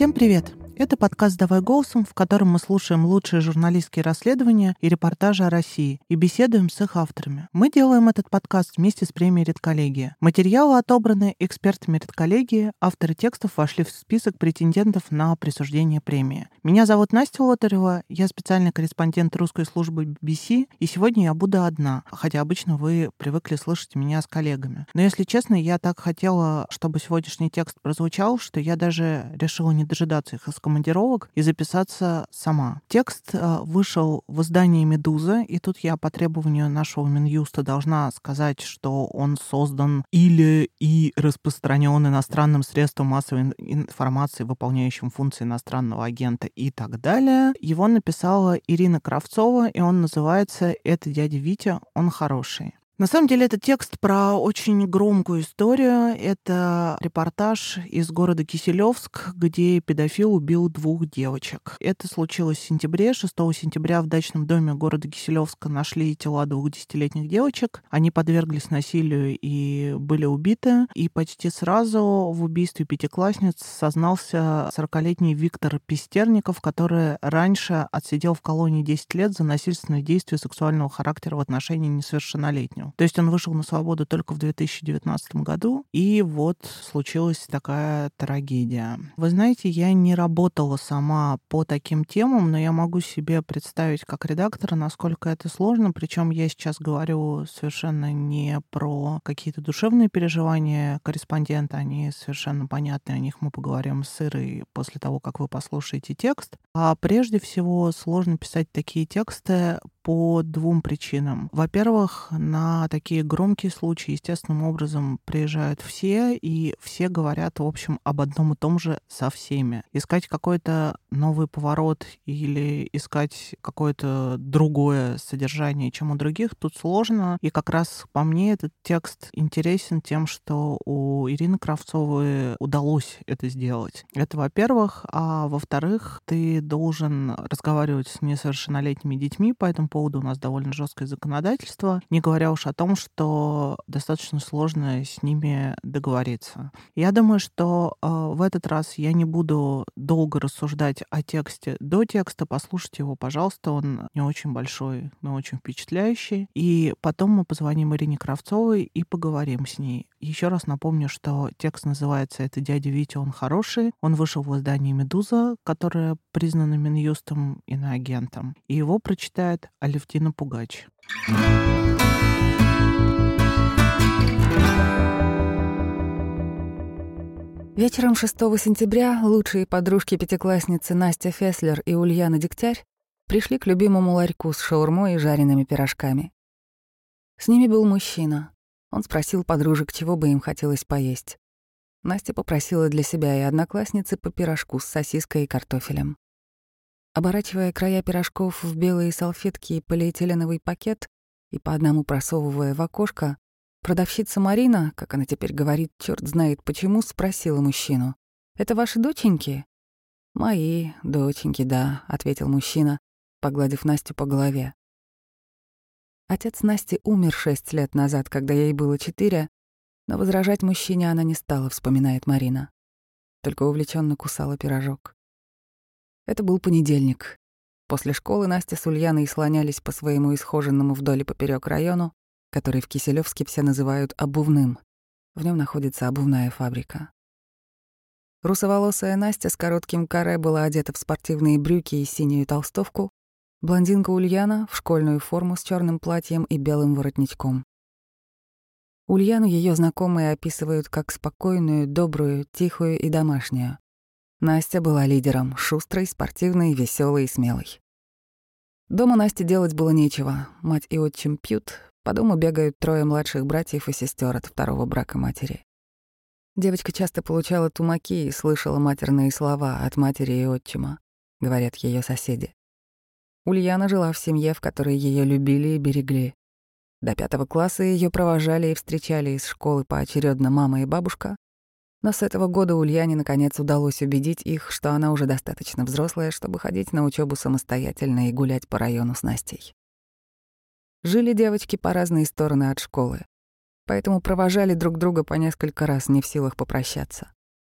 Всем привет! Это подкаст «Давай голосом», в котором мы слушаем лучшие журналистские расследования и репортажи о России и беседуем с их авторами. Мы делаем этот подкаст вместе с премией «Редколлегия». Материалы отобраны экспертами «Редколлегии», авторы текстов вошли в список претендентов на присуждение премии. Меня зовут Настя Лотарева, я специальный корреспондент русской службы BBC, и сегодня я буду одна, хотя обычно вы привыкли слышать меня с коллегами. Но, если честно, я так хотела, чтобы сегодняшний текст прозвучал, что я даже решила не дожидаться их из командировок и записаться сама. Текст вышел в издании «Медуза», и тут я по требованию нашего Минюста должна сказать, что он создан или и распространен иностранным средством массовой информации, выполняющим функции иностранного агента и так далее. Его написала Ирина Кравцова, и он называется «Это дядя Витя, он хороший». На самом деле, это текст про очень громкую историю. Это репортаж из города Киселевск, где педофил убил 2 девочек. Это случилось в сентябре. 6 сентября в дачном доме города Киселевска нашли тела 2 10-летних девочек. Они подверглись насилию и были убиты. И почти сразу в убийстве 5-классниц сознался 40-летний Виктор Пестерников, который раньше отсидел в колонии 10 лет за насильственные действия сексуального характера в отношении несовершеннолетнего. То есть он вышел на свободу только в 2019 году, и вот случилась такая трагедия. Вы знаете, я не работала сама по таким темам, но я могу себе представить как редактора, насколько это сложно, причем я сейчас говорю совершенно не про какие-то душевные переживания корреспондента, они совершенно понятны, о них мы поговорим с Ирой после того, как вы послушаете текст. А прежде всего сложно писать такие тексты по 2 причинам. Во-первых, на такие громкие случаи естественным образом приезжают все, и все говорят, в общем, об одном и том же со всеми. Искать какой-то новый поворот или искать какое-то другое содержание, чем у других, тут сложно. И как раз по мне этот текст интересен тем, что у Ирины Кравцовой удалось это сделать. Это во-первых. А во-вторых, ты должен разговаривать с несовершеннолетними детьми, по этому поводу у нас довольно жесткое законодательство, не говоря уж о том, что достаточно сложно с ними договориться. Я думаю, что в этот раз я не буду долго рассуждать о тексте до текста. Послушайте его, пожалуйста, он не очень большой, но очень впечатляющий. И потом мы позвоним Ирине Кравцовой и поговорим с ней. Еще раз напомню, что текст называется «Это дядя Витя, он хороший». Он вышел в издании «Медуза», которое признано Минюстом иноагентом. И его прочитает Алевтина Пугач. Вечером 6 сентября лучшие подружки-пятиклассницы Настя Феслер и Ульяна Дегтярь пришли к любимому ларьку с шаурмой и жареными пирожками. С ними был мужчина. Он спросил подружек, чего бы им хотелось поесть. Настя попросила для себя и одноклассницы по пирожку с сосиской и картофелем. Оборачивая края пирожков в белые салфетки и полиэтиленовый пакет и по одному просовывая в окошко, продавщица Марина, как она теперь говорит, чёрт знает почему, спросила мужчину: «Это ваши доченьки?» «Мои доченьки, да», — ответил мужчина, погладив Настю по голове. Отец Насти умер 6 лет назад, когда ей было 4, но возражать мужчине она не стала, вспоминает Марина. Только увлеченно кусала пирожок. Это был понедельник. После школы Настя с Ульяной слонялись по своему исхоженному вдоль и поперёк району, который в Киселёвске все называют обувным. В нем находится обувная фабрика. Русоволосая Настя с коротким каре была одета в спортивные брюки и синюю толстовку, блондинка Ульяна — в школьную форму с черным платьем и белым воротничком. Ульяну ее знакомые описывают как спокойную, добрую, тихую и домашнюю. Настя была лидером, шустрой, спортивной, веселой и смелой. Дома Насте делать было нечего. Мать и отчим пьют, по дому бегают 3 младших братьев и сестер от 2-го брака матери. Девочка часто получала тумаки и слышала матерные слова от матери и отчима, говорят ее соседи. Ульяна жила в семье, в которой ее любили и берегли. До 5 класса ее провожали и встречали из школы поочередно мама и бабушка, но с этого года Ульяне наконец удалось убедить их, что она уже достаточно взрослая, чтобы ходить на учебу самостоятельно и гулять по району с Настей. Жили девочки по разные стороны от школы, поэтому провожали друг друга по несколько раз, не в силах попрощаться.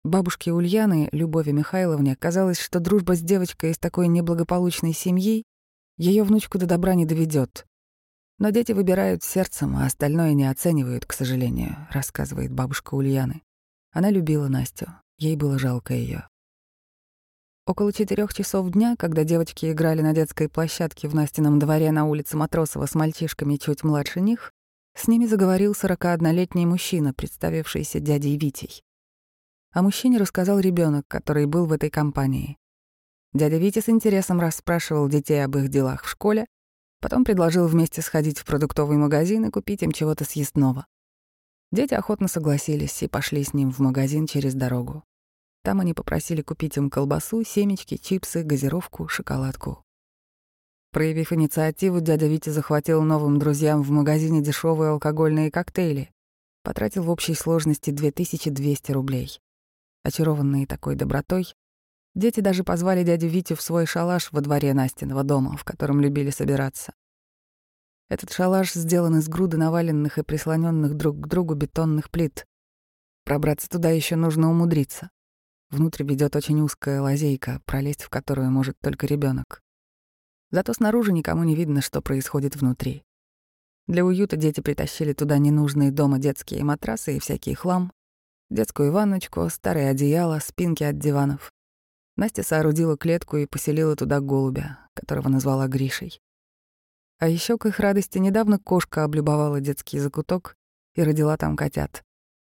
Бабушке Ульяны, Любови Михайловне, казалось, что дружба с девочкой из такой неблагополучной семьи ее внучку до добра не доведет. Но дети выбирают сердцем, а остальное не оценивают, к сожалению, рассказывает бабушка Ульяны. Она любила Настю, ей было жалко ее. Около 4 часов дня, когда девочки играли на детской площадке в Настином дворе на улице Матросова с мальчишками чуть младше них, с ними заговорил 41-летний мужчина, представившийся дядей Витей. О мужчине рассказал ребенок, который был в этой компании. Дядя Витя с интересом расспрашивал детей об их делах в школе, потом предложил вместе сходить в продуктовый магазин и купить им чего-то съестного. Дети охотно согласились и пошли с ним в магазин через дорогу. Там они попросили купить им колбасу, семечки, чипсы, газировку, шоколадку. Проявив инициативу, дядя Витя захватил новым друзьям в магазине дешевые алкогольные коктейли, потратил в общей сложности 2200 рублей. Очарованные такой добротой, дети даже позвали дядю Витю в свой шалаш во дворе Настиного дома, в котором любили собираться. Этот шалаш сделан из груды наваленных и прислоненных друг к другу бетонных плит. Пробраться туда еще нужно умудриться. Внутрь ведет очень узкая лазейка, пролезть в которую может только ребенок. Зато снаружи никому не видно, что происходит внутри. Для уюта дети притащили туда ненужные дома детские матрасы и всякий хлам, детскую ванночку, старые одеяла, спинки от диванов. Настя соорудила клетку и поселила туда голубя, которого назвала Гришей. А еще к их радости недавно кошка облюбовала детский закуток и родила там котят.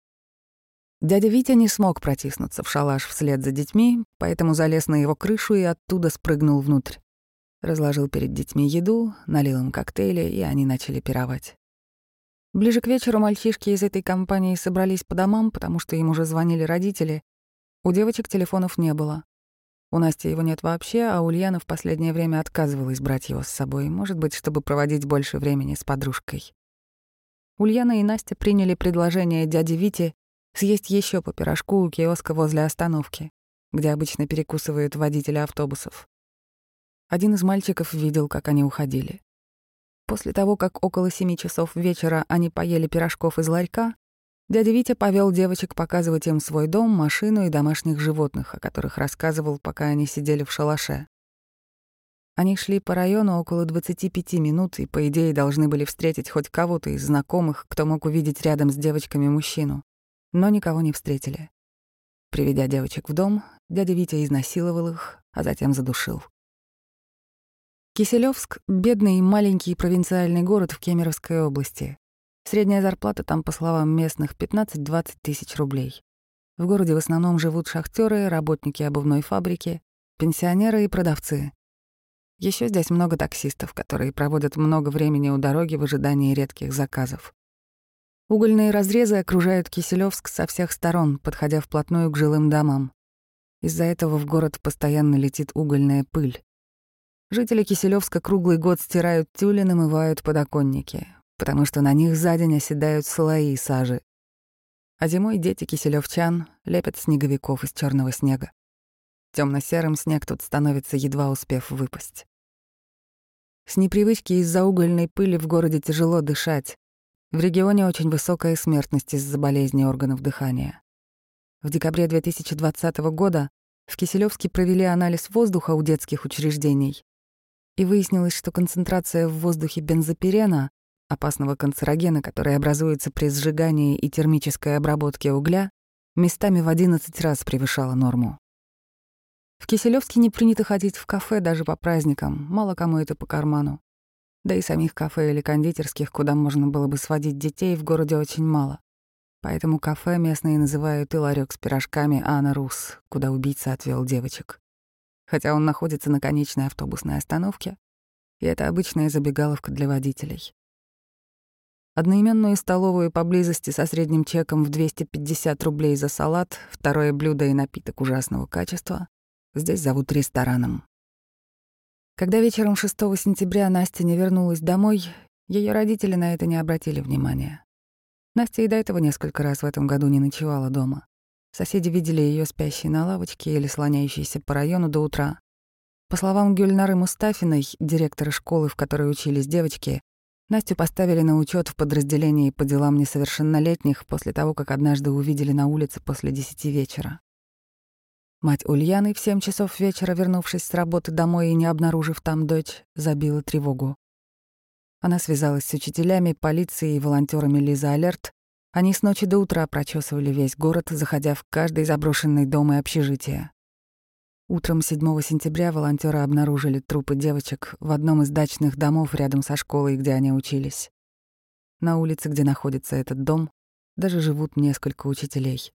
Дядя Витя не смог протиснуться в шалаш вслед за детьми, поэтому залез на его крышу и оттуда спрыгнул внутрь. Разложил перед детьми еду, налил им коктейли, и они начали пировать. Ближе к вечеру мальчишки из этой компании собрались по домам, потому что им уже звонили родители. У девочек телефонов не было. У Насти его нет вообще, а Ульяна в последнее время отказывалась брать его с собой, может быть, чтобы проводить больше времени с подружкой. Ульяна и Настя приняли предложение дяди Вити съесть еще по пирожку у киоска возле остановки, где обычно перекусывают водители автобусов. Один из мальчиков видел, как они уходили. После того, как около 7 часов вечера они поели пирожков из ларька, дядя Витя повел девочек показывать им свой дом, машину и домашних животных, о которых рассказывал, пока они сидели в шалаше. Они шли по району около 25 минут и, по идее, должны были встретить хоть кого-то из знакомых, кто мог увидеть рядом с девочками мужчину, но никого не встретили. Приведя девочек в дом, дядя Витя изнасиловал их, а затем задушил. Киселёвск — бедный и маленький провинциальный город в Кемеровской области. Средняя зарплата там, по словам местных, 15-20 тысяч рублей. В городе в основном живут шахтеры, работники обувной фабрики, пенсионеры и продавцы. Еще здесь много таксистов, которые проводят много времени у дороги в ожидании редких заказов. Угольные разрезы окружают Киселёвск со всех сторон, подходя вплотную к жилым домам. Из-за этого в город постоянно летит угольная пыль. Жители Киселёвска круглый год стирают тюль и намывают подоконники, потому что на них за день оседают слои сажи. А зимой дети киселёвчан лепят снеговиков из черного снега. Темно-серым снег тут становится, едва успев выпасть. С непривычки из-за угольной пыли в городе тяжело дышать. В регионе очень высокая смертность из-за болезни органов дыхания. В декабре 2020 года в Киселёвске провели анализ воздуха у детских учреждений, и выяснилось, что концентрация в воздухе бензопирена, опасного канцерогена, который образуется при сжигании и термической обработке угля, местами в 11 раз превышала норму. В Киселёвске не принято ходить в кафе даже по праздникам, мало кому это по карману. Да и самих кафе или кондитерских, куда можно было бы сводить детей, в городе очень мало. Поэтому кафе местные называют и ларек с пирожками «Анна Рус», куда убийца отвел девочек. Хотя он находится на конечной автобусной остановке, и это обычная забегаловка для водителей. Одноименную столовую поблизости со средним чеком в 250 рублей за салат, второе блюдо и напиток ужасного качества здесь зовут рестораном. Когда вечером 6 сентября Настя не вернулась домой, ее родители на это не обратили внимания. Настя и до этого несколько раз в этом году не ночевала дома. Соседи видели ее спящей на лавочке или слоняющейся по району до утра. По словам Гюльнары Мустафиной, директора школы, в которой учились девочки, Настю поставили на учет в подразделении по делам несовершеннолетних после того, как однажды увидели на улице после 10 вечера. Мать Ульяны в 7 часов вечера, вернувшись с работы домой и не обнаружив там дочь, забила тревогу. Она связалась с учителями, полицией и волонтерами Лиза Алерт. Они с ночи до утра прочесывали весь город, заходя в каждый заброшенный дом и общежитие. Утром 7 сентября волонтеры обнаружили трупы девочек в одном из дачных домов рядом со школой, где они учились. На улице, где находится этот дом, даже живут несколько учителей.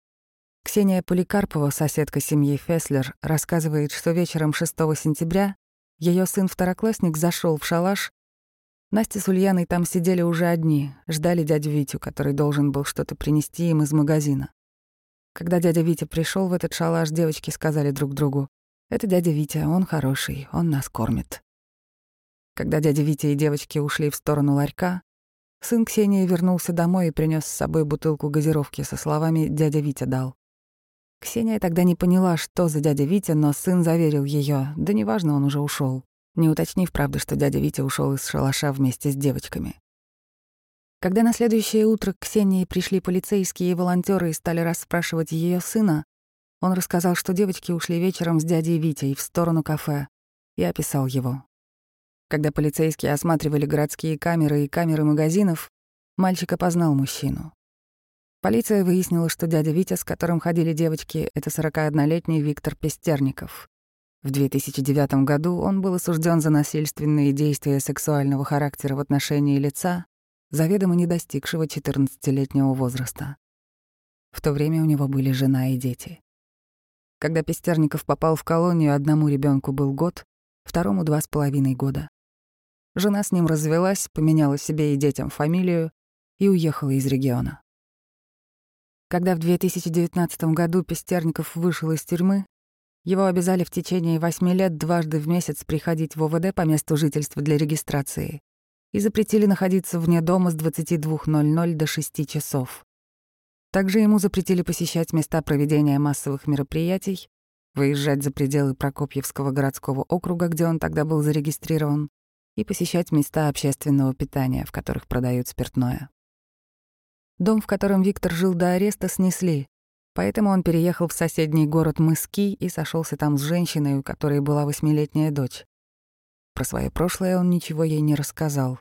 Ксения Поликарпова, соседка семьи Феслер, рассказывает, что вечером 6 сентября ее сын-второклассник зашел в шалаш. Настя с Ульяной там сидели уже одни, ждали дядю Витю, который должен был что-то принести им из магазина. Когда дядя Витя пришел в этот шалаш, девочки сказали друг другу: «Это дядя Витя, он хороший, он нас кормит». Когда дядя Витя и девочки ушли в сторону ларька, сын Ксении вернулся домой и принес с собой бутылку газировки со словами «дядя Витя дал». Ксения тогда не поняла, что за дядя Витя, но сын заверил ее: да неважно, он уже ушел, не уточнив, правда, что дядя Витя ушел из шалаша вместе с девочками. Когда на следующее утро к Ксении пришли полицейские и волонтеры и стали расспрашивать ее сына, он рассказал, что девочки ушли вечером с дядей Витей в сторону кафе, и описал его. Когда полицейские осматривали городские камеры и камеры магазинов, мальчик опознал мужчину. Полиция выяснила, что дядя Витя, с которым ходили девочки, — это 41-летний Виктор Пестерников. В 2009 году он был осужден за насильственные действия сексуального характера в отношении лица, заведомо не достигшего 14-летнего возраста. В то время у него были жена и дети. Когда Пестерников попал в колонию, одному ребенку был год, второму — 2,5 года. Жена с ним развелась, поменяла себе и детям фамилию и уехала из региона. Когда в 2019 году Пестерников вышел из тюрьмы, его обязали в течение 8 лет дважды в месяц приходить в ОВД по месту жительства для регистрации и запретили находиться вне дома с 22:00 до 6 часов. Также ему запретили посещать места проведения массовых мероприятий, выезжать за пределы Прокопьевского городского округа, где он тогда был зарегистрирован, и посещать места общественного питания, в которых продают спиртное. Дом, в котором Виктор жил до ареста, снесли, поэтому он переехал в соседний город Мыски и сошелся там с женщиной, у которой была 8-летняя дочь. Про свое прошлое он ничего ей не рассказал.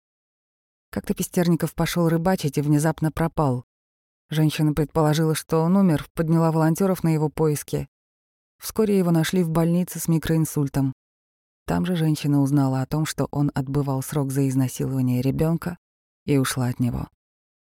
Как-то Пестерников пошел рыбачить и внезапно пропал. Женщина предположила, что он умер, подняла волонтеров на его поиски. Вскоре его нашли в больнице с микроинсультом. Там же женщина узнала о том, что он отбывал срок за изнасилование ребенка, и ушла от него.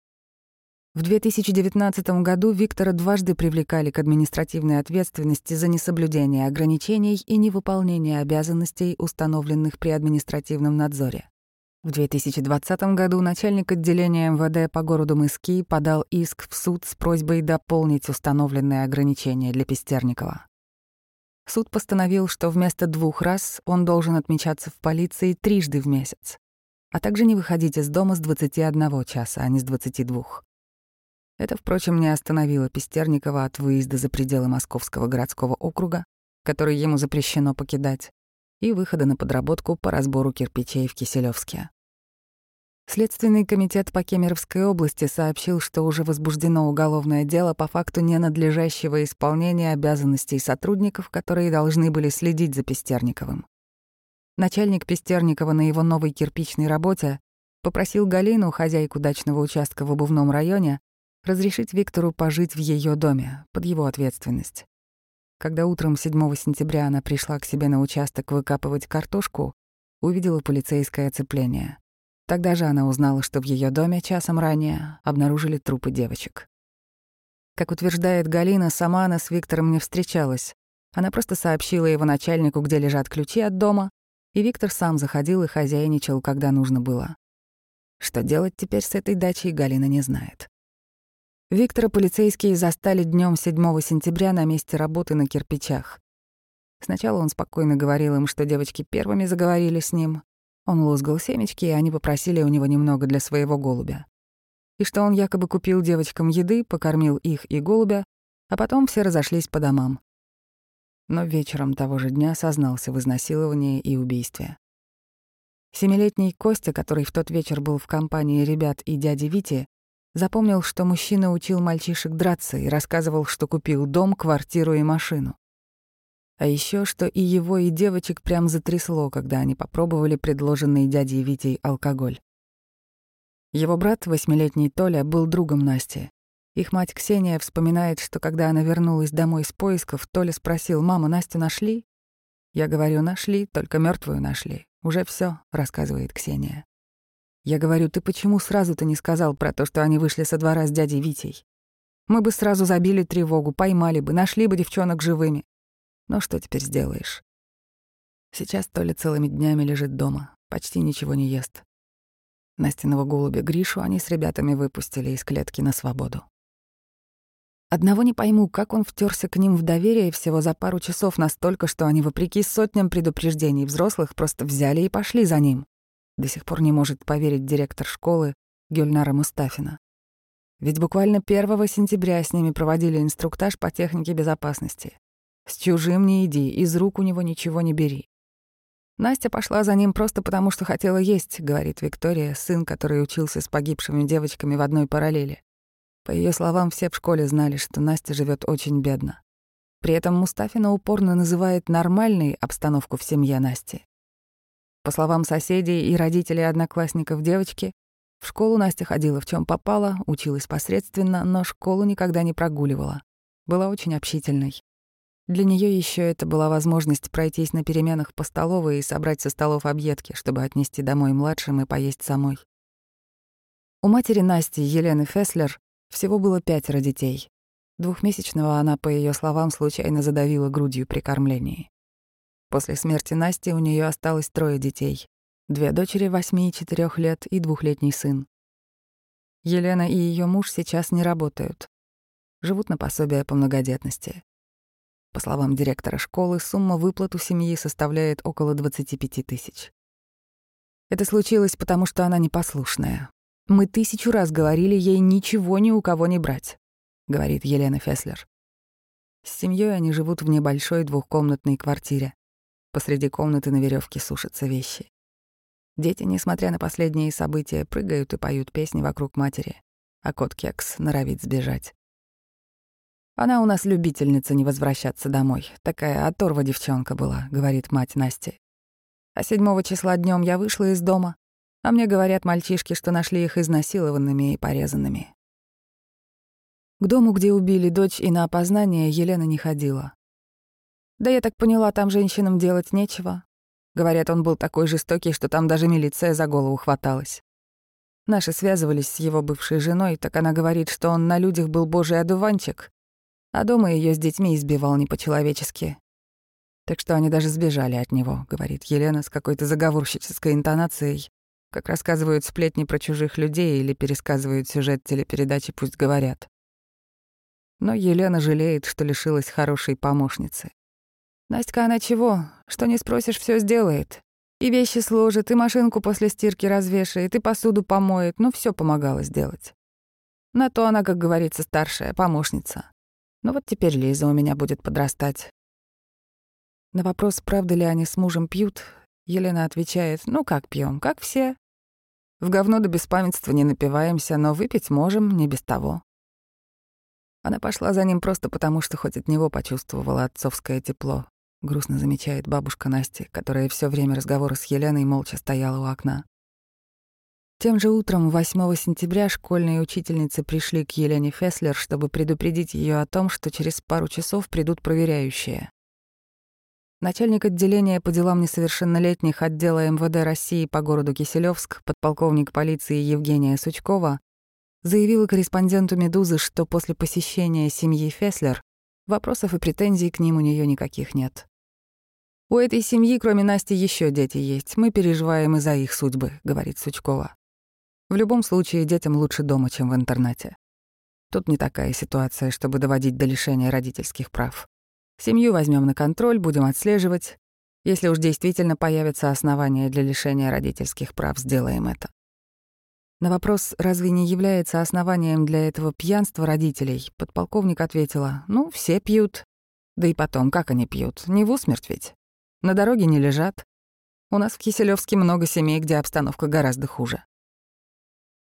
В 2019 году Виктора дважды привлекали к административной ответственности за несоблюдение ограничений и невыполнение обязанностей, установленных при административном надзоре. В 2020 году начальник отделения МВД по городу Мыски подал иск в суд с просьбой дополнить установленные ограничения для Пестерникова. Суд постановил, что вместо 2 раз он должен отмечаться в полиции 3 в месяц, а также не выходить из дома с 21 часа, а не с 22. Это, впрочем, не остановило Пестерникова от выезда за пределы Московского городского округа, который ему запрещено покидать, и выхода на подработку по разбору кирпичей в Киселёвске. Следственный комитет по Кемеровской области сообщил, что уже возбуждено уголовное дело по факту ненадлежащего исполнения обязанностей сотрудников, которые должны были следить за Пестерниковым. Начальник Пестерникова на его новой кирпичной работе попросил Галину, хозяйку дачного участка в Обувном районе, разрешить Виктору пожить в ее доме под его ответственность. Когда утром 7 сентября она пришла к себе на участок выкапывать картошку, увидела полицейское оцепление. Тогда же она узнала, что в ее доме часом ранее обнаружили трупы девочек. Как утверждает Галина, сама она с Виктором не встречалась. Она просто сообщила его начальнику, где лежат ключи от дома, и Виктор сам заходил и хозяйничал, когда нужно было. Что делать теперь с этой дачей, Галина не знает. Виктора полицейские застали днем 7 сентября на месте работы на кирпичах. Сначала он спокойно говорил им, что девочки первыми заговорили с ним. Он лузгал семечки, и они попросили у него немного для своего голубя. И что он якобы купил девочкам еды, покормил их и голубя, а потом все разошлись по домам. Но вечером того же дня сознался в изнасиловании и убийстве. 7-летний Костя, который в тот вечер был в компании ребят и дяди Вити, Запомнил, что мужчина учил мальчишек драться и рассказывал, что купил дом, квартиру и машину. А еще, что и его, и девочек прям затрясло, когда они попробовали предложенный дядей Витей алкоголь. Его брат, 8-летний Толя, был другом Насти. Их мать Ксения вспоминает, что когда она вернулась домой с поисков, Толя спросил: «Мама, Настю нашли?» Я говорю: «Нашли, только мертвую нашли. Уже все, рассказывает Ксения. Я говорю: «Ты почему сразу-то не сказал про то, что они вышли со двора с дядей Витей? Мы бы сразу забили тревогу, поймали бы, нашли бы девчонок живыми. Но что теперь сделаешь?» Сейчас Толя целыми днями лежит дома, почти ничего не ест. Настиного голубя Гришу они с ребятами выпустили из клетки на свободу. Одного не пойму, как он втерся к ним в доверие всего за пару часов настолько, что они, вопреки сотням предупреждений взрослых, просто взяли и пошли за ним. До сих пор не может поверить директор школы Гюльнара Мустафина. Ведь буквально 1 сентября с ними проводили инструктаж по технике безопасности. С чужим не иди, из рук у него ничего не бери. Настя пошла за ним просто потому, что хотела есть, говорит Виктория, сын, который учился с погибшими девочками в одной параллели. По ее словам, все в школе знали, что Настя живет очень бедно. При этом Мустафина упорно называет нормальной обстановку в семье Насти. По словам соседей и родителей одноклассников девочки, в школу Настя ходила в чем попало, училась посредственно, но школу никогда не прогуливала. Была очень общительной. Для нее еще это была возможность пройтись на переменах по столовой и собрать со столов объедки, чтобы отнести домой младшим и поесть самой. У матери Насти, Елены Феслер, всего было 5 детей. 2-месячного она, по ее словам, случайно задавила грудью при кормлении. После смерти Насти у нее осталось 3 детей. 2 дочери 8 и 4 лет и 2-летний сын. Елена и ее муж сейчас не работают. Живут на пособие по многодетности. По словам директора школы, сумма выплат у семьи составляет около 25 тысяч. Это случилось потому, что она непослушная. Мы 1000 раз говорили ей ничего ни у кого не брать, говорит Елена Феслер. С семьей они живут в небольшой 2-комнатной квартире. Посреди комнаты на веревке сушатся вещи. Дети, несмотря на последние события, прыгают и поют песни вокруг матери, а кот Кекс норовит сбежать. «Она у нас любительница не возвращаться домой. Такая оторва девчонка была», — говорит мать Насти. «А 7 числа днем я вышла из дома, а мне говорят мальчишки, что нашли их изнасилованными и порезанными». К дому, где убили дочь, и на опознание Елена не ходила. «Да я так поняла, там женщинам делать нечего. Говорят, он был такой жестокий, что там даже милиция за голову хваталась. Наши связывались с его бывшей женой, так она говорит, что он на людях был божий одуванчик, а дома ее с детьми избивал не по-человечески. Так что они даже сбежали от него», — говорит Елена с какой-то заговорщической интонацией, как рассказывают сплетни про чужих людей или пересказывают сюжет телепередачи «Пусть говорят». Но Елена жалеет, что лишилась хорошей помощницы. «Настя, она чего? Что не спросишь, все сделает. И вещи сложит, и машинку после стирки развешает, и посуду помоет, ну все помогала сделать. На то она, как говорится, старшая помощница. Ну вот теперь Лиза у меня будет подрастать». На вопрос, правда ли они с мужем пьют, Елена отвечает: «Ну как пьем, как все. В говно до беспамятства не напиваемся, но выпить можем, не без того». Она пошла за ним просто потому, что хоть от него почувствовала отцовское тепло, грустно замечает бабушка Насти, которая все время разговора с Еленой молча стояла у окна. Тем же утром, 8 сентября, школьные учительницы пришли к Елене Феслер, чтобы предупредить ее о том, что через пару часов придут проверяющие. Начальник отделения по делам несовершеннолетних отдела МВД России по городу Киселёвск, подполковник полиции Евгения Сучкова, заявила корреспонденту «Медузы», что после посещения семьи Феслер вопросов и претензий к ним у нее никаких нет. «У этой семьи, кроме Насти, еще дети есть. Мы переживаем и за их судьбы», — говорит Сучкова. «В любом случае, детям лучше дома, чем в интернате. Тут не такая ситуация, чтобы доводить до лишения родительских прав. Семью возьмем на контроль, будем отслеживать. Если уж действительно появятся основания для лишения родительских прав, сделаем это». На вопрос, разве не является основанием для этого пьянство родителей, подполковник ответила: «Ну, все пьют. Да и потом, как они пьют? Не в усмерть ведь. На дороге не лежат. У нас в Киселёвске много семей, где обстановка гораздо хуже».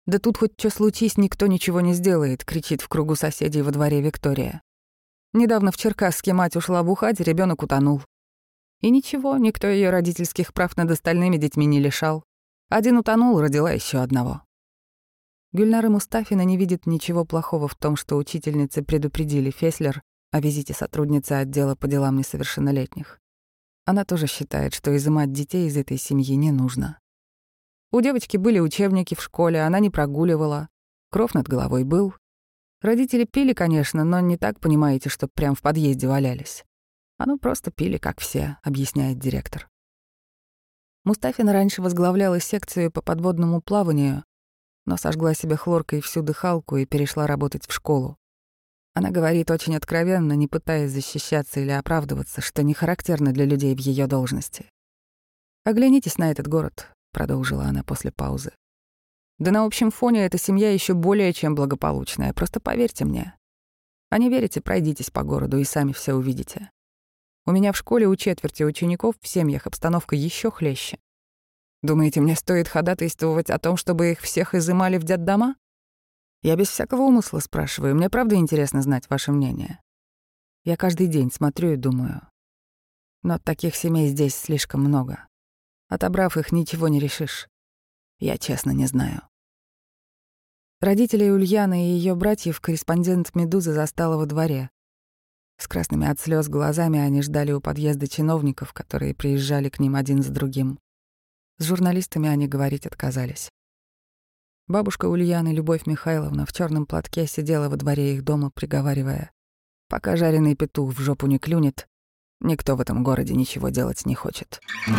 «Да тут хоть что случись, никто ничего не сделает», — кричит в кругу соседей во дворе Виктория. Недавно в Черкасске мать ушла бухать, ребенок утонул. И ничего, никто ее родительских прав над остальными детьми не лишал. Один утонул, родила еще одного. Гюльнара Мустафина не видит ничего плохого в том, что учительницы предупредили Феслер о визите сотрудницы отдела по делам несовершеннолетних. Она тоже считает, что изымать детей из этой семьи не нужно. У девочки были учебники в школе, она не прогуливала, кров над головой был. Родители пили, конечно, но не так, понимаете, что прям в подъезде валялись. А ну просто пили, как все, объясняет директор. Мустафина раньше возглавляла секцию по подводному плаванию, но сожгла себе хлоркой всю дыхалку и перешла работать в школу. Она говорит очень откровенно, не пытаясь защищаться или оправдываться, что не характерно для людей в ее должности. «Оглянитесь на этот город», — продолжила она после паузы. «Да на общем фоне эта семья еще более чем благополучная, просто поверьте мне. А не верите, пройдитесь по городу и сами все увидите. У меня в школе у четверти учеников в семьях обстановка еще хлеще. Думаете, мне стоит ходатайствовать о том, чтобы их всех изымали в детдома? Я без всякого умысла спрашиваю, мне правда интересно знать ваше мнение. Я каждый день смотрю и думаю. Но таких семей здесь слишком много. Отобрав их, ничего не решишь. Я честно не знаю». Родителей Ульяны и ее братьев корреспондент «Медузы» застала во дворе. С красными от слез глазами они ждали у подъезда чиновников, которые приезжали к ним один за другим. С журналистами они говорить отказались. Бабушка Ульяны, Любовь Михайловна, в черном платке сидела во дворе их дома, приговаривая: «Пока жареный петух в жопу не клюнет, никто в этом городе ничего делать не хочет».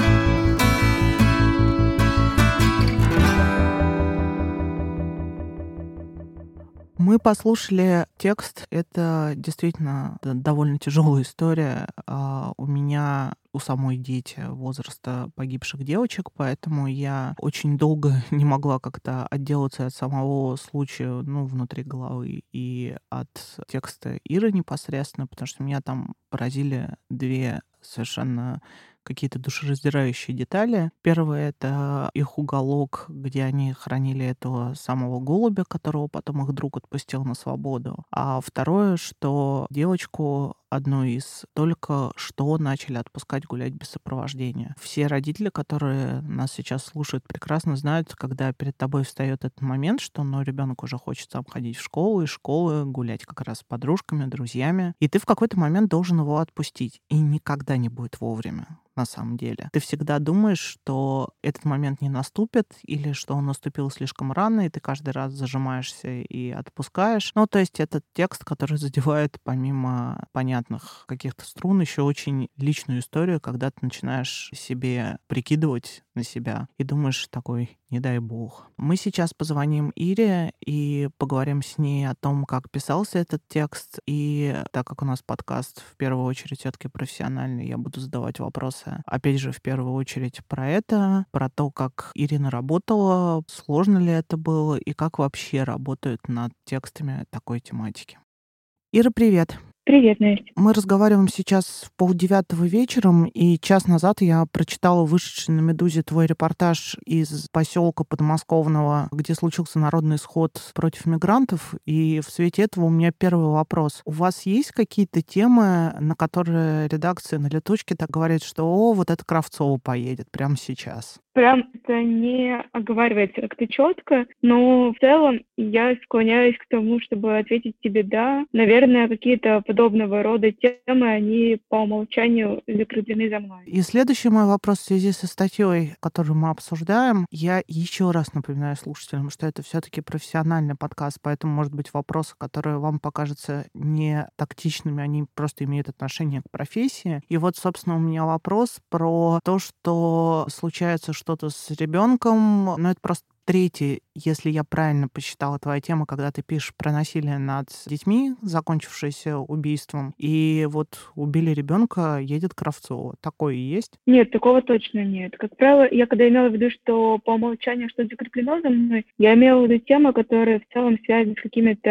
Мы послушали текст. Это действительно довольно тяжелая история. У меня у самой дети возраста погибших девочек, поэтому я очень долго не могла как-то отделаться от самого случая, внутри головы и от текста Иры непосредственно, потому что меня там поразили две совершенно какие-то душераздирающие детали. Первое — это их уголок, где они хранили этого самого голубя, которого потом их друг отпустил на свободу. А второе, что девочку одну из только что начали отпускать гулять без сопровождения. Все родители, которые нас сейчас слушают, прекрасно знают, когда перед тобой встает этот момент, что ребенок уже хочет сам ходить в школу, из школы гулять как раз с подружками, друзьями, и ты в какой-то момент должен его отпустить. И никогда не будет вовремя. На самом деле. Ты всегда думаешь, что этот момент не наступит или что он наступил слишком рано, и ты каждый раз зажимаешься и отпускаешь. То есть этот текст, который задевает помимо понятных каких-то струн еще очень личную историю, когда ты начинаешь себе прикидывать на себя и думаешь такой: не дай бог. Мы сейчас позвоним Ире и поговорим с ней о том, как писался этот текст. И так как у нас подкаст в первую очередь все-таки профессиональный, я буду задавать вопросы, опять же, в первую очередь про это, про то, как Ирина работала, сложно ли это было и как вообще работают над текстами такой тематики. Ира, привет. Привет, Настя. Мы разговариваем сейчас в 8:30 вечером, и час назад я прочитала вышедший на «Медузе» твой репортаж из поселка подмосковного, где случился народный сход против мигрантов. И в свете этого у меня первый вопрос. У вас есть какие-то темы, на которые редакция на летучке так говорит, что вот это Кравцова поедет прямо сейчас? Прям это не оговаривается как-то четко, но в целом я склоняюсь к тому, чтобы ответить тебе «да». Наверное, какие-то подобного рода темы, они по умолчанию закреплены за мной. И следующий мой вопрос в связи со статьей, которую мы обсуждаем. Я еще раз напоминаю слушателям, что это все-таки профессиональный подкаст, поэтому, может быть, вопросы, которые вам покажутся не тактичными, они просто имеют отношение к профессии. И вот, собственно, у меня вопрос про то, что случается что-то с ребенком, это просто третий, если я правильно посчитала, твоя тема, когда ты пишешь про насилие над детьми, закончившееся убийством, и вот убили ребенка, едет Кравцова. Такое и есть? Нет, такого точно нет. Как правило, я когда имела в виду, что по умолчанию что-то закреплено за мной, я имела в виду темы, которые в целом связаны с какими-то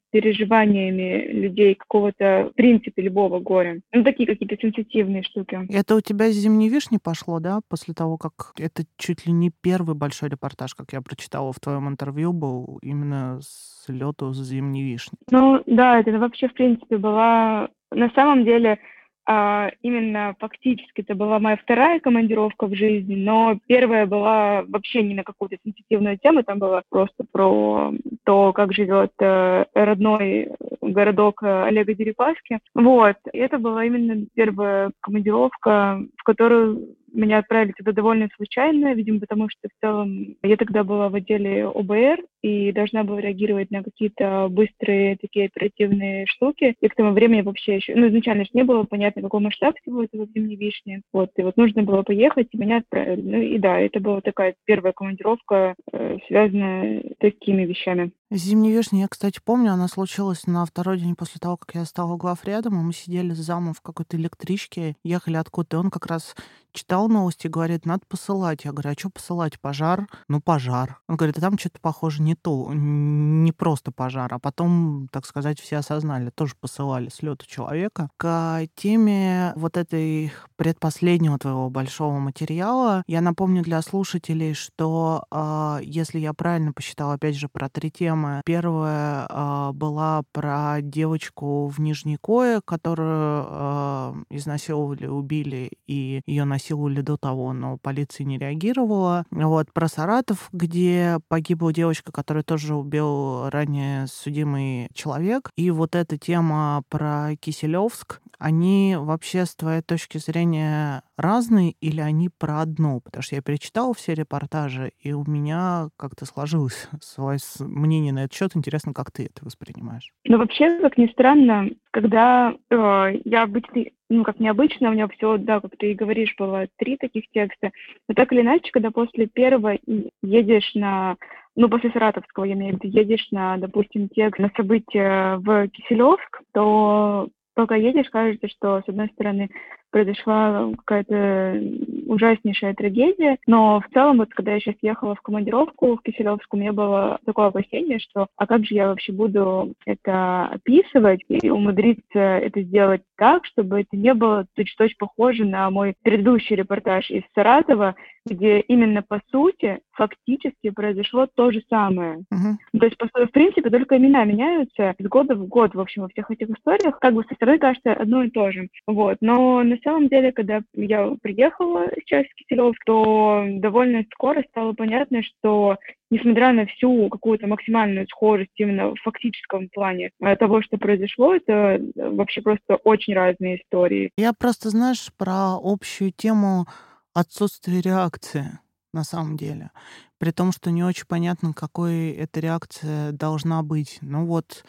переживаниями людей какого-то, в принципе, любого горя. Ну, такие какие-то сенситивные штуки. Это у тебя с «Зимней вишни» пошло, да? После того, как это чуть ли не первый большой репортаж, как я прочитала в твоем интервью, был именно с лету с «Зимней вишни». Ну, да, это вообще, в принципе, была... На самом деле, именно фактически это была моя вторая командировка в жизни, но первая была вообще не на какую-то сенситивную тему, там было просто про то, как живет родной городок Олега Дерипаски. Вот. И это была именно первая командировка, в которую меня отправили туда довольно случайно, видимо, потому что в целом я тогда была в отделе ОБР и должна была реагировать на какие-то быстрые такие оперативные штуки. И к тому времени вообще еще, изначально же не было понятно, какой масштаб всего этого в «Зимней вишне». Вот, и вот нужно было поехать, и меня отправили. Ну и да, это была такая первая командировка, связанная с такими вещами. «Зимней вишни», я, кстати, помню, она случилась на второй день после того, как я стала главредом, и мы сидели с замом в какой-то электричке, ехали откуда-то, и он как раз читал новости и говорит, надо посылать. Я говорю, а что посылать? Пожар? Ну, пожар. Он говорит, а там что-то, похоже, не то, не просто пожар. А потом, так сказать, все осознали, тоже посылали с лёту человека. К теме вот этой предпоследнего твоего большого материала я напомню для слушателей, что, если я правильно посчитала, опять же, про 3 темы. Первая была про девочку в Нижней Кое, которую изнасиловали, убили, и ее насиловали до того, но полиция не реагировала. Вот, про Саратов, где погибла девочка, которую тоже убил ранее судимый человек. И вот эта тема про Киселевск, они вообще с твоей точки зрения разные или они про одно? Потому что я перечитала все репортажи, и у меня как-то сложилось свое мнение на этот счет. Интересно, как ты это воспринимаешь? Но вообще, как ни странно, когда я обычно, как необычно, у меня все, да, как ты и говоришь, было 3 таких текста. Но так или иначе, когда после первого едешь на, после Саратовского, я имею в виду, едешь на, допустим, текст на события в Киселевск, то пока едешь, кажется, что, с одной стороны, произошла какая-то ужаснейшая трагедия, но в целом, вот когда я сейчас ехала в командировку в Киселевск, у меня было такое опасение, что а как же я вообще буду это описывать и умудриться это сделать так, чтобы это не было точь-в-точь похоже на мой предыдущий репортаж из Саратова, где именно по сути фактически произошло то же самое. То есть, в принципе, только имена меняются из года в год, в общем, во всех этих историях, как бы со стороны кажется одно и то же. Вот. Но на самом деле, когда я приехала сейчас в Киселевск, то довольно скоро стало понятно, что несмотря на всю какую-то максимальную схожесть именно в фактическом плане того, что произошло, это вообще просто очень разные истории. Я просто, знаешь, про общую тему отсутствия реакции на самом деле. При том, что не очень понятно, какой эта реакция должна быть. Ну вот,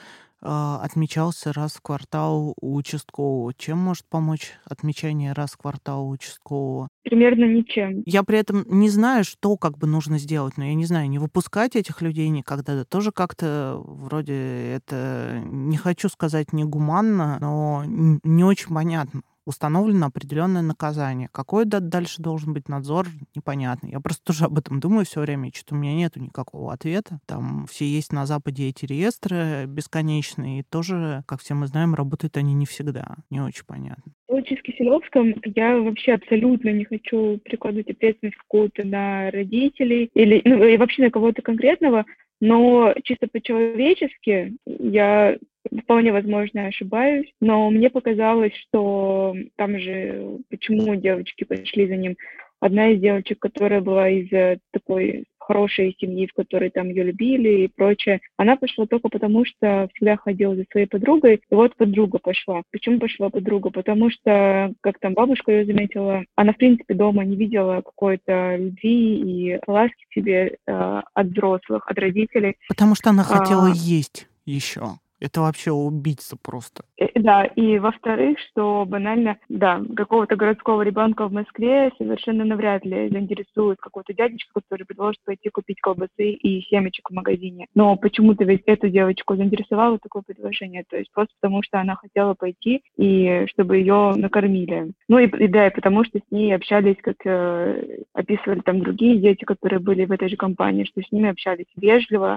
отмечался раз в квартал у участкового. Чем может помочь отмечание раз в квартал у участкового? Примерно ничем. Я при этом не знаю, что как бы нужно сделать, но я не знаю, не выпускать этих людей никогда. Да тоже как-то вроде это, не хочу сказать негуманно, но не очень понятно. Установлено определенное наказание. Какой дальше должен быть надзор, непонятно. Я просто тоже об этом думаю все время, и что-то у меня нету никакого ответа. Там все есть на Западе эти реестры бесконечные, и тоже, как все мы знаем, работают они не всегда. Не очень понятно. В случае с Киселевском я вообще абсолютно не хочу перекладывать ответственность какую-то на родителей или и вообще на кого-то конкретного, но чисто по-человечески я вполне возможно ошибаюсь, но мне показалось, что там же, почему девочки пошли за ним, одна из девочек, которая была из такой хорошей семьи, в которой там ее любили и прочее, она пошла только потому, что всегда ходила за своей подругой, и вот подруга пошла. Почему пошла подруга? Потому что, как там бабушка ее заметила, она, в принципе, дома не видела какой-то любви и ласки к себе от взрослых, от родителей. Потому что она хотела есть еще. Это вообще убийца просто. Да, и во-вторых, что банально, да, какого-то городского ребенка в Москве совершенно навряд ли заинтересует какой-то дядечка, который предложит пойти купить колбасы и семечек в магазине. Но почему-то ведь эту девочку заинтересовало такое предложение, то есть просто потому, что она хотела пойти и чтобы ее накормили. Ну и потому что с ней общались, как описывали там другие дети, которые были в этой же компании, что с ними общались вежливо,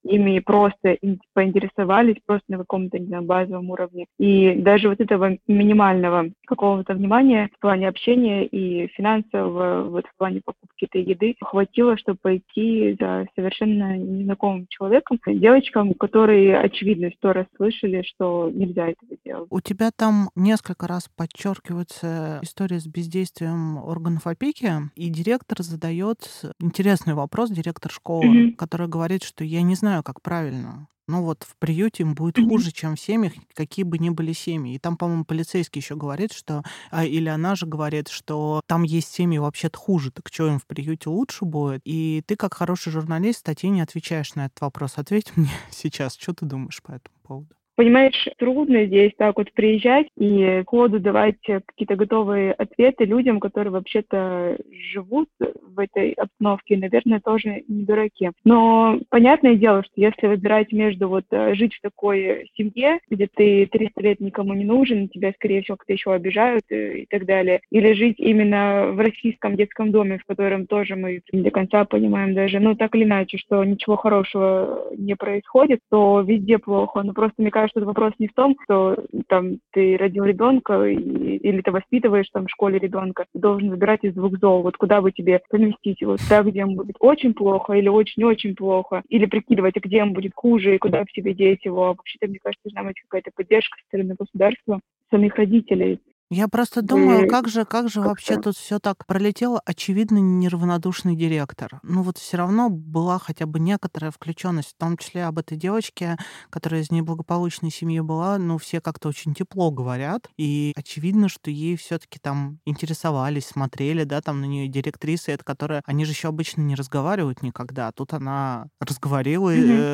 ими просто поинтересовались, просто на каком-то, не знаю, базовом уровне. И даже вот этого минимального какого-то внимания в плане общения и финансового, вот в плане покупки этой еды хватило, чтобы пойти за совершенно незнакомым человеком, девочкам, которые, очевидно, 100 раз слышали, что нельзя этого делать. У тебя там несколько раз подчеркивается история с бездействием органов опеки, и директор задает интересный вопрос, директор школы, Мгм. который говорит, что я не знаю, как правильно. Ну вот в приюте им будет Мгм. хуже, чем в семьях, какие бы ни были семьи. И там, по-моему, полицейский еще говорит, что, или она же говорит, что там есть семьи вообще-то хуже, так что им в приюте лучше будет? И ты, как хороший журналист, в статье не отвечаешь на этот вопрос. Ответь мне сейчас, что ты думаешь по этому поводу? Понимаешь, трудно здесь так вот приезжать и ходу давать какие-то готовые ответы людям, которые вообще-то живут в этой обстановке, и, наверное, тоже не дураки. Но понятное дело, что если выбирать между вот жить в такой семье, где ты 300 лет никому не нужен, тебя, скорее всего, как-то еще обижают и так далее, или жить именно в российском детском доме, в котором тоже мы не до конца понимаем даже, ну, так или иначе, что ничего хорошего не происходит, то везде плохо. Но просто, мне кажется, что вопрос не в том, что там ты родил ребенка или ты воспитываешь там в школе ребенка, ты должен выбирать из двух зол. Вот куда бы тебе поместить его? Туда, где ему будет очень плохо или очень-очень плохо, или прикидывать, а где ему будет хуже и куда в себе деть его. А вообще-то, мне кажется, должна быть какая-то поддержка со стороны государства, самих родителей. Я просто думаю, Вы как же вообще как-то... тут все так пролетело? Очевидно, неравнодушный директор. Ну вот все равно была хотя бы некоторая включенность, в том числе об этой девочке, которая из неблагополучной семьи была. Ну, все как-то очень тепло говорят. И очевидно, что ей все-таки там интересовались, смотрели, да, там на нее директрисы, это которая... Они же еще обычно не разговаривают никогда. А тут она разговорила Мгм.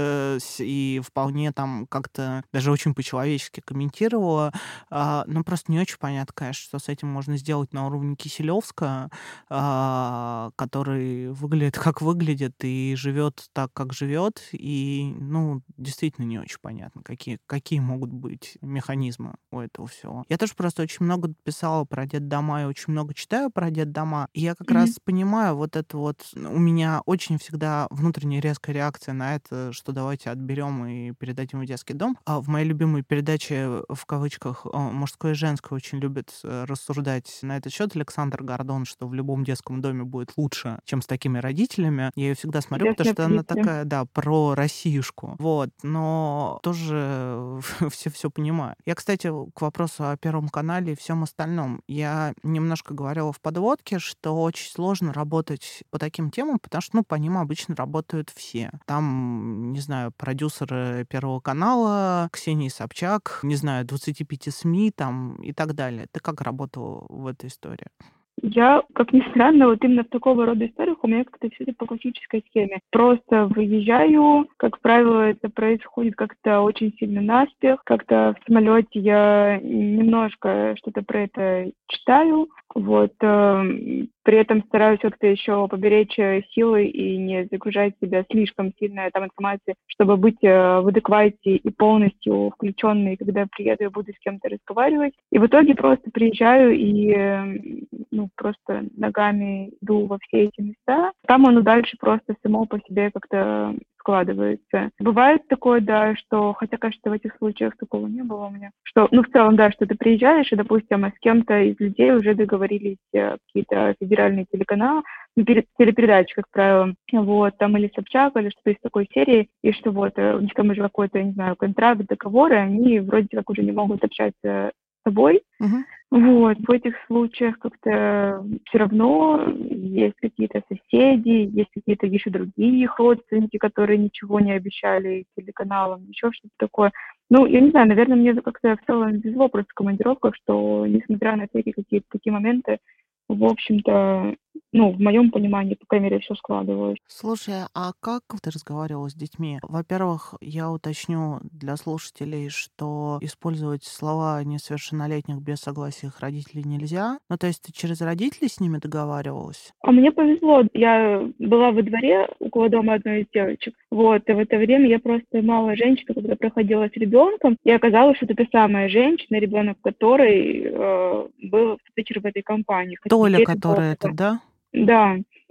и вполне там как-то даже очень по-человечески комментировала. Ну, просто не очень понятно, конечно, что с этим можно сделать на уровне Киселевска, который выглядит как выглядит и живет так, как живет. И, ну, действительно не очень понятно, какие могут быть механизмы у этого всего. Я тоже просто очень много писала про детдома и очень много читаю про детдома. И я как Мгм. раз понимаю вот это вот... У меня очень всегда внутренняя резкая реакция на это, что давайте отберем и передадим в детский дом. А в моей любимой передаче, в кавычках, «Мужское и женское» очень любит рассуждать на этот счет Александр Гордон, что в любом детском доме будет лучше, чем с такими родителями. Я ее всегда смотрю, потому Чудесная что она позиция. такая, да, про Россиюшку. Вот, но тоже все понимаю. Я, кстати, к вопросу о Первом канале и всем остальном. Я немножко говорила в подводке, что очень сложно работать по таким темам, потому что, ну, по ним обычно работают все. Там, не знаю, продюсеры Первого канала, Ксения Собчак, не знаю, 25 СМИ там и так далее. Ты как работала в этой истории? Я, как ни странно, вот именно в такого рода историях у меня как-то все по классической схеме. Просто выезжаю, как правило, это происходит как-то очень сильно наспех, как-то в самолете я немножко что-то про это читаю, вот, при этом стараюсь как-то еще поберечь силы и не загружать себя слишком сильно там информацией, чтобы быть в адеквате и полностью включенной, когда приеду, я буду с кем-то разговаривать. И в итоге просто приезжаю и ну, просто ногами иду во все эти места. Там оно дальше просто само по себе как-то складывается. Бывает такое, да, что, хотя, кажется, в этих случаях такого не было у меня, что, ну, в целом, да, что ты приезжаешь, и, допустим, с кем-то из людей уже договорились какие-то федеральные телеканалы, ну, телепередачи, как правило, вот, там или Собчак, или что-то из такой серии, и что вот у них там уже какой-то, не знаю, контракт, договор, и они вроде как уже не могут общаться с тобой. Мгм. Вот, в этих случаях как-то все равно есть какие-то соседи, есть какие-то еще другие их родственники, которые ничего не обещали телеканалам, еще что-то такое. Ну, я не знаю, наверное, мне как-то в целом везло просто в командировках, что несмотря на всякие какие-то такие моменты, в общем-то, ну, в моем понимании, по крайней мере, все складывалось. Слушай, а как ты разговаривала с детьми? Во-первых, я уточню для слушателей, что использовать слова несовершеннолетних без согласия их родителей нельзя. Ну, то есть ты через родителей с ними договаривалась? А мне повезло, я была во дворе около дома одной из девочек, вот, и в это время я просто поймала женщину, которая проходила с ребенком, и оказалось, что это та самая женщина, ребенок которой был в в этой компании, хотя Толя, детей это было который это, всего... да? Да,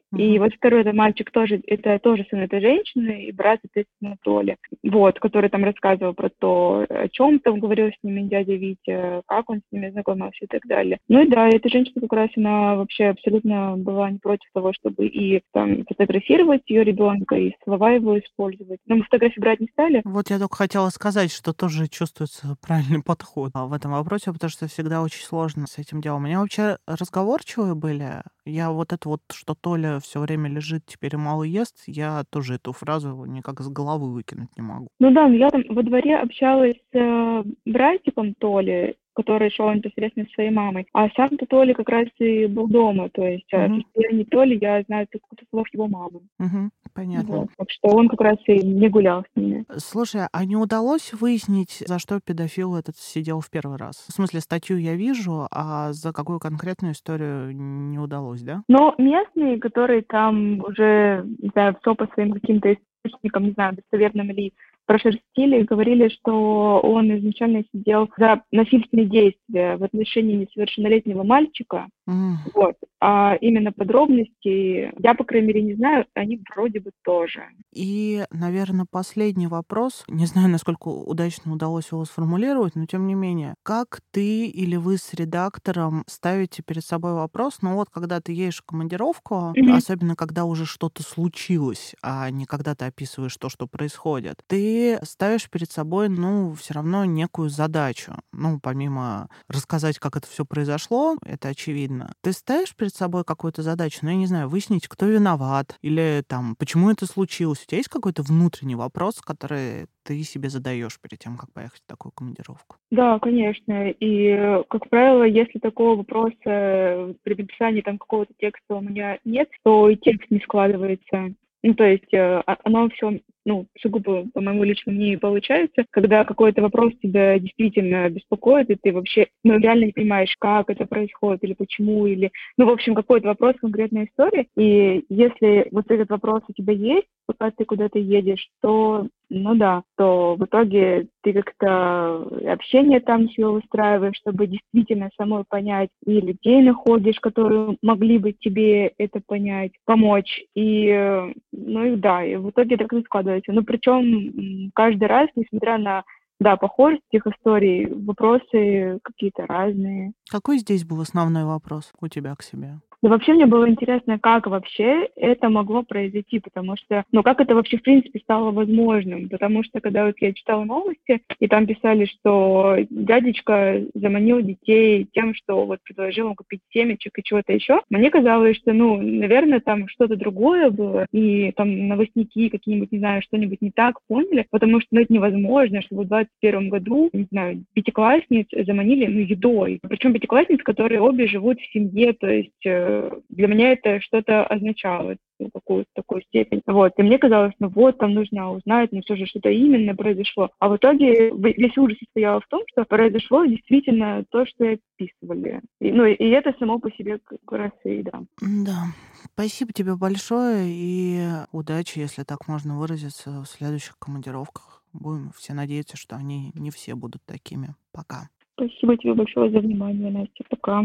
И вот второй этот мальчик тоже сын этой женщины, и брат, соответственно, Толи. Вот, который там рассказывал про то, о чем там говорил с ними дядя Витя, как он с ними знакомился и так далее. Ну и да, эта женщина как раз, она вообще абсолютно была не против того, чтобы и там фотографировать ее ребенка, и слова его использовать. Но мы фотографии брать не стали. Вот я только хотела сказать, что тоже чувствуется правильный подход в этом вопросе, потому что всегда очень сложно с этим делом. У меня вообще разговорчивые были. Я вот это вот, что Толя все время лежит, теперь мало ест, я тоже эту фразу никак из головы выкинуть не могу. Ну да, но я там во дворе общалась с братиком Толи, который шел непосредственно со своей мамой. А сам-то Толя как раз и был дома. То есть о состоянии Толи я знаю только со слов его мамы. Понятно. Вот. Так что он как раз и не гулял с ними. Слушай, а не удалось выяснить, за что педофил этот сидел в первый раз? В смысле, статью я вижу, а за какую конкретную историю не удалось, да? Но местные, которые там уже, не знаю, все по своим каким-то источникам, не знаю, достоверным ли, прошерстили, говорили, что он изначально сидел за насильственные действия в отношении несовершеннолетнего мальчика. Вот. А именно подробности я, по крайней мере, не знаю, они вроде бы тоже. И, наверное, последний вопрос. Не знаю, насколько удачно удалось его сформулировать, но тем не менее. Как ты или вы с редактором ставите перед собой вопрос, ну вот, когда ты едешь в командировку, особенно когда уже что-то случилось, а не когда ты описываешь то, что происходит, ты ставишь перед собой, ну, все равно некую задачу. Ну, помимо рассказать, как это все произошло, это очевидно. Ты ставишь перед собой какую-то задачу, ну, я не знаю, выяснить, кто виноват, или там, почему это случилось. У тебя есть какой-то внутренний вопрос, который ты себе задаешь перед тем, как поехать в такую командировку? Да, конечно. И, как правило, если такого вопроса при написании там какого-то текста у меня нет, то и текст не складывается. Ну, то есть оно все, ну, сугубо, по моему личному мнению, получается, когда какой-то вопрос тебя действительно беспокоит, и ты вообще, ну, реально не понимаешь, как это происходит, или почему, или, ну, в общем, какой-то вопрос, конкретная история. И если вот этот вопрос у тебя есть, пока ты куда-то едешь, то, ну да, то в итоге ты как-то общение там себе устраиваешь, чтобы действительно самой понять, и людей находишь, которые могли бы тебе это понять, помочь. И, ну и да, и в итоге так и складывается. Но причем каждый раз, несмотря на, да, похожесть этих историй, вопросы какие-то разные. Какой здесь был основной вопрос у тебя к себе? Да вообще мне было интересно, как вообще это могло произойти, потому что, ну, как это вообще в принципе стало возможным, потому что когда вот я читала новости, и там писали, что дядечка заманил детей тем, что вот предложил им купить семечек и чего-то еще, мне казалось, что, ну, наверное, там что-то другое было, и там новостники какие-нибудь, не знаю, что-нибудь не так поняли, потому что, ну, это невозможно, чтобы в 2021 году, не знаю, пятиклассниц заманили, ну, едой. Причем пятиклассниц, которые обе живут в семье, то есть для меня это что-то означало, ну, какую-то такую степень. Вот. И мне казалось, ну вот, там нужно узнать, ну все же что-то именно произошло. А в итоге весь ужас состоял в том, что произошло действительно то, что и описывали. И это само по себе как раз и да. Да. Спасибо тебе большое и удачи, если так можно выразиться, в следующих командировках. Будем все надеяться, что они не все будут такими. Пока. Спасибо тебе большое за внимание, Настя. Пока.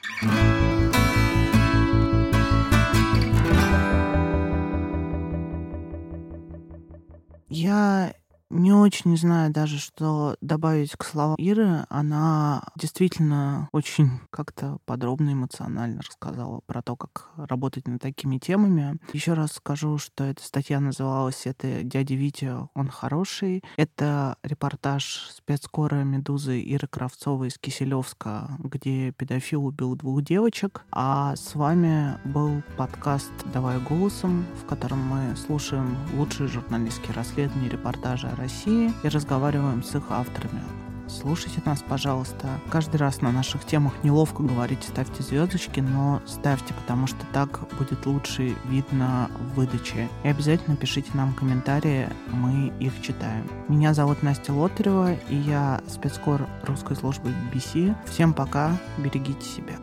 Я не очень знаю даже, что добавить к словам Иры. Она действительно очень как-то подробно, эмоционально рассказала про то, как работать над такими темами. Еще раз скажу, что эта статья называлась «Это дядя Витя, он хороший». Это репортаж спецкора «Медузы» Иры Кравцовой из Киселевска, где педофил убил 2 девочек. А с вами был подкаст «Давай голосом», в котором мы слушаем лучшие журналистские расследования и репортажи о России и разговариваем с их авторами. Слушайте нас, пожалуйста. Каждый раз на наших темах неловко говорить, ставьте звездочки, но ставьте, потому что так будет лучше видно в выдаче. И обязательно пишите нам комментарии, мы их читаем. Меня зовут Настя Лотарева, и я спецкор русской службы BBC. Всем пока, берегите себя.